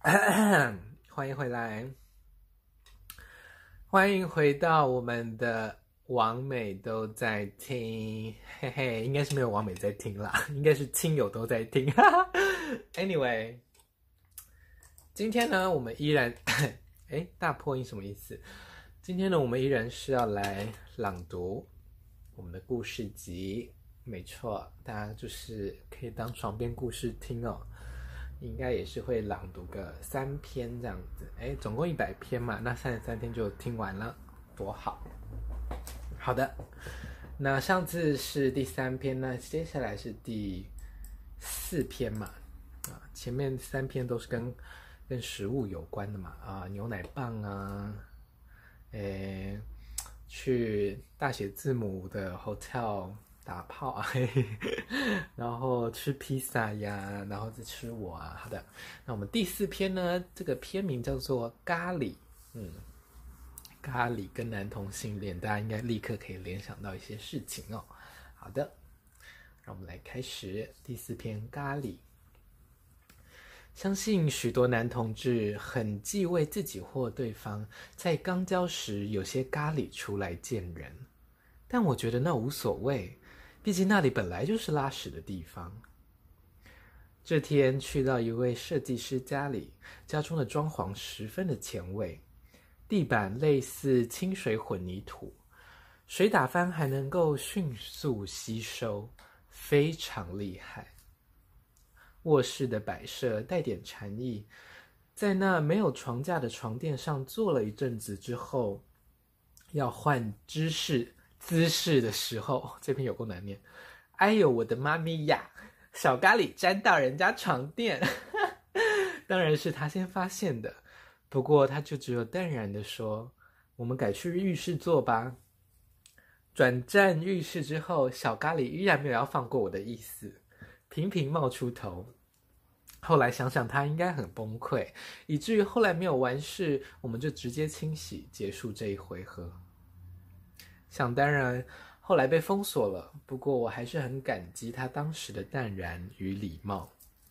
欢迎回来，欢迎回到我们的网美都在听，嘿嘿，应该是没有网美在听啦，应该是亲友都在听。Anyway， 今天呢，我们依然，大破音什么意思？今天呢，我们依然是要来朗读我们的故事集，没错，大家就是可以当床边故事听哦。应该也是会朗读个3篇这样子，总共100篇嘛，那33天就听完了，多好。好的，那上次是第3篇，那接下来是第4篇嘛，前面3篇都是跟食物有关的嘛，牛奶棒啊，去大写字母的 hotel。打炮啊，然后吃披萨呀，然后再吃我啊。好的，那我们第4篇呢，这个篇名叫做咖喱。咖喱跟男同性恋，大家应该立刻可以联想到一些事情哦。好的，让我们来开始第4篇咖喱。相信许多男同志很忌讳自己或对方在肛交时有些咖喱出来见人，但我觉得那无所谓。毕竟那里本来就是拉屎的地方。这天去到一位设计师家里，家中的装潢十分的前卫，地板类似清水混凝土，水打翻还能够迅速吸收，非常厉害。卧室的摆设带点禅意，在那没有床架的床垫上坐了一阵子之后，要换姿势的时候，这篇有够难念。哎呦我的妈咪呀，小咖喱沾到人家床垫。当然是他先发现的，不过他就只有淡然的说，我们改去浴室坐吧。转战浴室之后，小咖喱依然没有要放过我的意思，频频冒出头。后来想想他应该很崩溃，以至于后来没有完事，我们就直接清洗结束这一回合。想当然后来被封锁了，不过我还是很感激他当时的淡然与礼貌。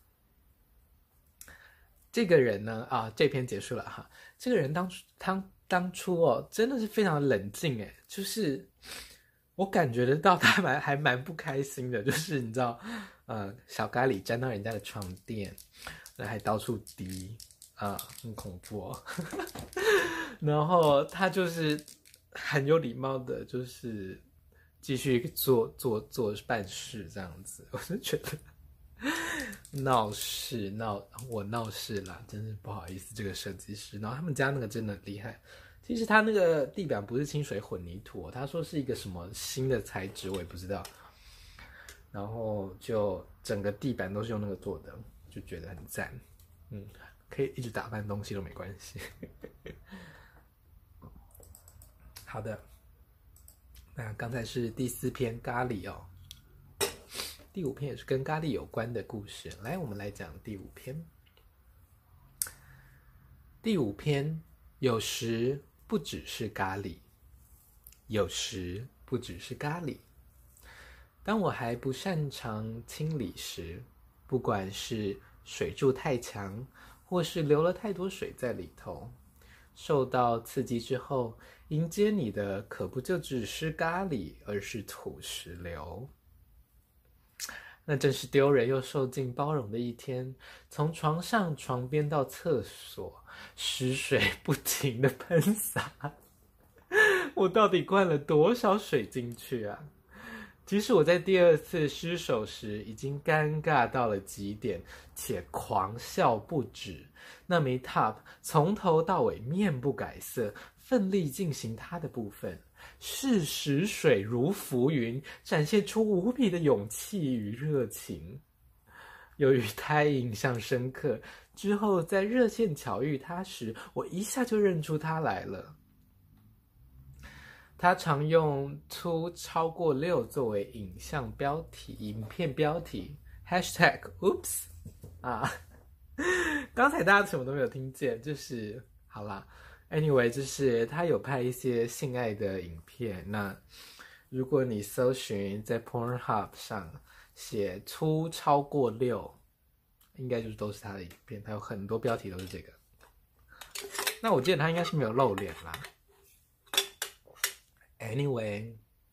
这个人呢，这篇结束了哈。这个人当初真的是非常冷静就是我感觉得到他还蛮不开心的，就是你知道，小咖喱沾到人家的床垫，还到处滴，很恐怖哦。然后他就是很有礼貌的，就是继续做办事这样子，我就觉得我闹事啦，真是不好意思，这个设计师。然后他们家那个真的很厉害，其实他那个地板不是清水混凝土，他说是一个什么新的材质，我也不知道。然后就整个地板都是用那个做的，就觉得很赞。可以一直打翻东西都没关系。好的，那刚才是第4篇咖喱哦，第5篇也是跟咖喱有关的故事。来，我们来讲第5篇。第5篇，有时不只是咖喱，有时不只是咖喱。当我还不擅长清理时，不管是水柱太强，或是流了太多水在里头，受到刺激之后，迎接你的可不就只是咖喱，而是土石流。那真是丢人又受尽包容的一天，从床上床边到厕所，湿水不停的喷洒。我到底灌了多少水进去啊？即使我在第2次失手时已经尴尬到了极点，且狂笑不止，那枚 top 从头到尾面不改色，奋力进行它的部分，视食水如浮云，展现出无比的勇气与热情。由于太印象深刻，之后在热线巧遇他时，我一下就认出他来了。他常用粗超过6作为影片标题 #oops 刚才大家什么都没有听见，就是好啦 anyway 就是他有拍一些性爱的影片，那如果你搜寻在 Pornhub 上写粗超过6 应该就是都是他的影片，他有很多标题都是这个。那我记得他应该是没有露脸啦。Anyway，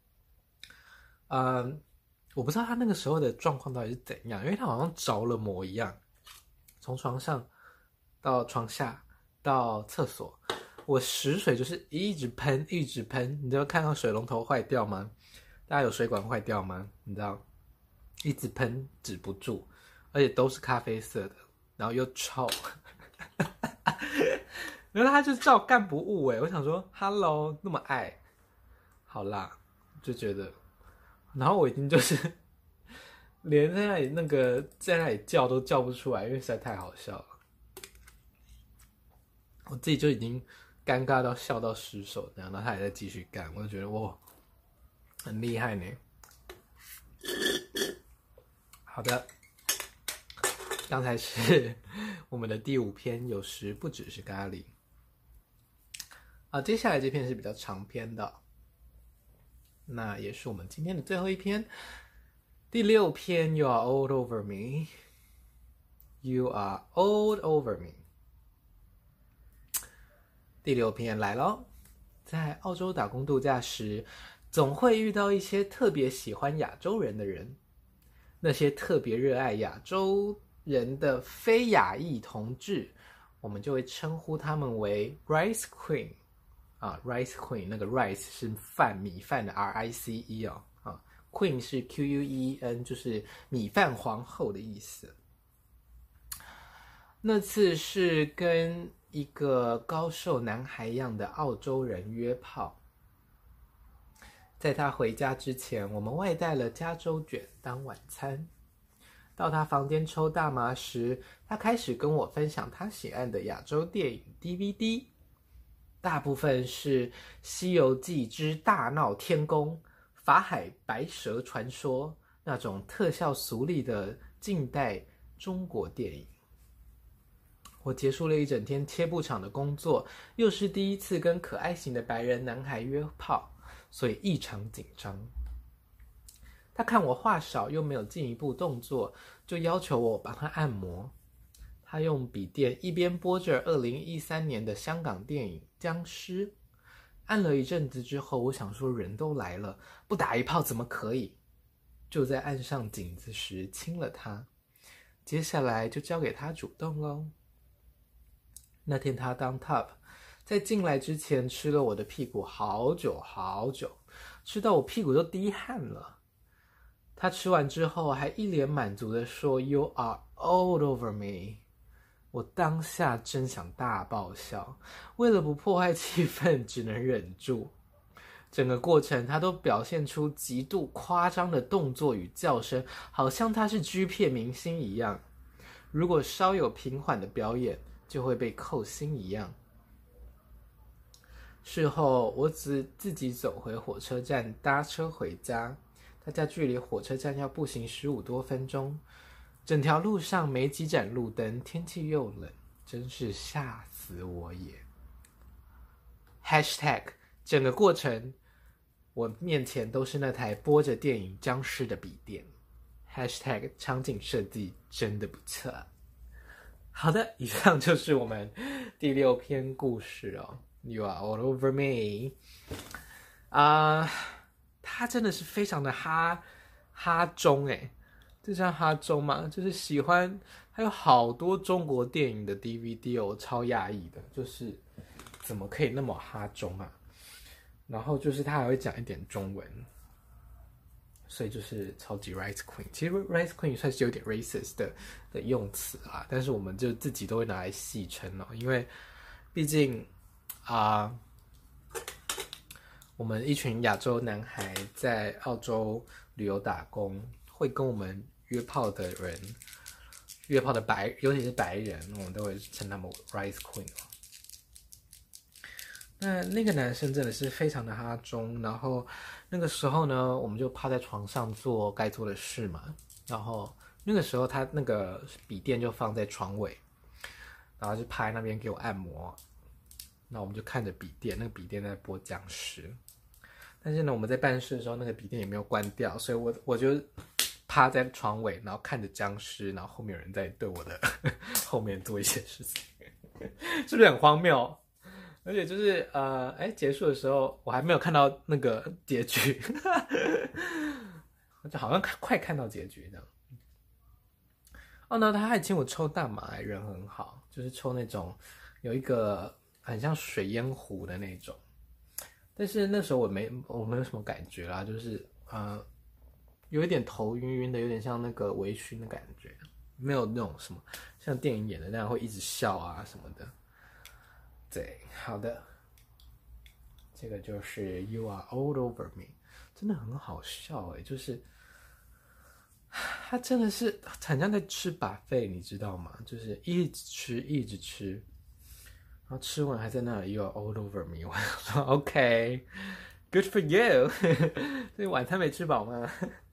我不知道他那个时候的状况到底是怎样，因为他好像着了魔一样，从床上到床下到厕所，我食水就是一直喷一直喷。你知道看到水龙头坏掉吗？大家有水管坏掉吗？你知道，一直喷止不住，而且都是咖啡色的，然后又臭。然后他就照干不误我想说 ，Hello， 那么爱，好啦，就觉得，然后我已经就是连在那里叫都叫不出来，因为实在太好笑了。我自己就已经尴尬到笑到失手这样，然后他还在继续干，我就觉得哇，很厉害呢。好的，刚才是我们的第5篇，有时不只是咖喱。接下来这篇是比较长篇的，那也是我们今天的最后一篇，第6篇 You are all over me. You are all over me. 第6篇来咯，在澳洲打工度假时，总会遇到一些特别喜欢亚洲人的人，那些特别热爱亚洲人的非亚裔同志，我们就会称呼他们为 Rice Queen。Rice Queen， 那个 Rice 是米饭的 RICE Queen 是 QUEN， 就是米饭皇后的意思。那次是跟一个高瘦男孩一样的澳洲人约炮，在他回家之前，我们外带了加州卷当晚餐。到他房间抽大麻时，他开始跟我分享他喜爱的亚洲电影 DVD。大部分是《西游记之大闹天宫》、《法海白蛇传说》那种特效俗丽的近代中国电影。我结束了一整天切布场的工作，又是第一次跟可爱型的白人男孩约炮，所以异常紧张。他看我话少又没有进一步动作，就要求我帮他按摩。他用笔电一边播着2013年的香港电影《僵尸》，按了一阵子之后，我想说人都来了，不打一炮怎么可以？就在按上颈子时亲了他，接下来就交给他主动咯。那天他当 top， 在进来之前吃了我的屁股好久好久，吃到我屁股都滴汗了。他吃完之后还一脸满足地说 You are all over me。我当下真想大爆笑，为了不破坏气氛，只能忍住。整个过程他都表现出极度夸张的动作与叫声，好像他是 G 片明星一样。如果稍有平缓的表演，就会被扣薪一样。事后我自己走回火车站搭车回家，他家距离火车站要步行15多分钟。整条路上没几盏路灯，天气又冷，真是吓死我也。#整个过程，我面前都是那台播着电影僵尸的笔电。#场景设计真的不错。好的，以上就是我们第6篇故事哦。You are all over me。他真的是非常的哈中欸。这叫哈中嘛，就是喜欢，还有好多中国电影的 DVD 我超讶异的，就是怎么可以那么哈中啊？然后就是他还会讲一点中文，所以就是超级 Rice Queen。其实 Rice Queen 算是有点 racist 的用词啊，但是我们就自己都会拿来戏称哦，因为毕竟我们一群亚洲男孩在澳洲旅游打工，会跟我们约炮的人，约炮的尤其是白人，我们都会称他们 Rice Queen 哦。那个男生真的是非常的哈中，然后那个时候呢，我们就趴在床上做该做的事嘛，然后那个时候他那个笔电就放在床尾，然后就趴在那边给我按摩，那我们就看着笔电，那个笔电在播僵尸，但是呢，我们在办事的时候，那个笔电也没有关掉，所以我就趴在床尾，然后看着僵尸，然后后面有人在对我的后面做一些事情，是不是很荒谬？而且就是结束的时候我还没有看到那个结局，就好像快看到结局这样。哦，那他还请我抽大麻，人很好，就是抽那种有一个很像水烟壶的那种，但是那时候我没有什么感觉啦，就是有一点头晕晕的，有点像那个微醺的感觉，没有那种什么像电影演的那样会一直笑啊什么的。对，好的，这个就是 You Are All Over Me， 真的很好笑就是他真的是很像在吃buffet，你知道吗？就是一直吃一直吃，然后吃完还在那里 You Are All Over Me， 我说 OK，Good for you， 所以晚餐没吃饱吗？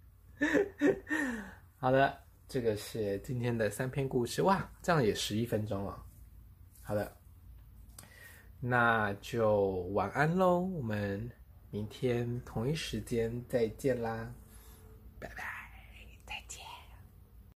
好的，这个是今天的3篇故事，哇，这样也11分钟了。好的，那就晚安喽，我们明天同一时间再见啦，拜拜。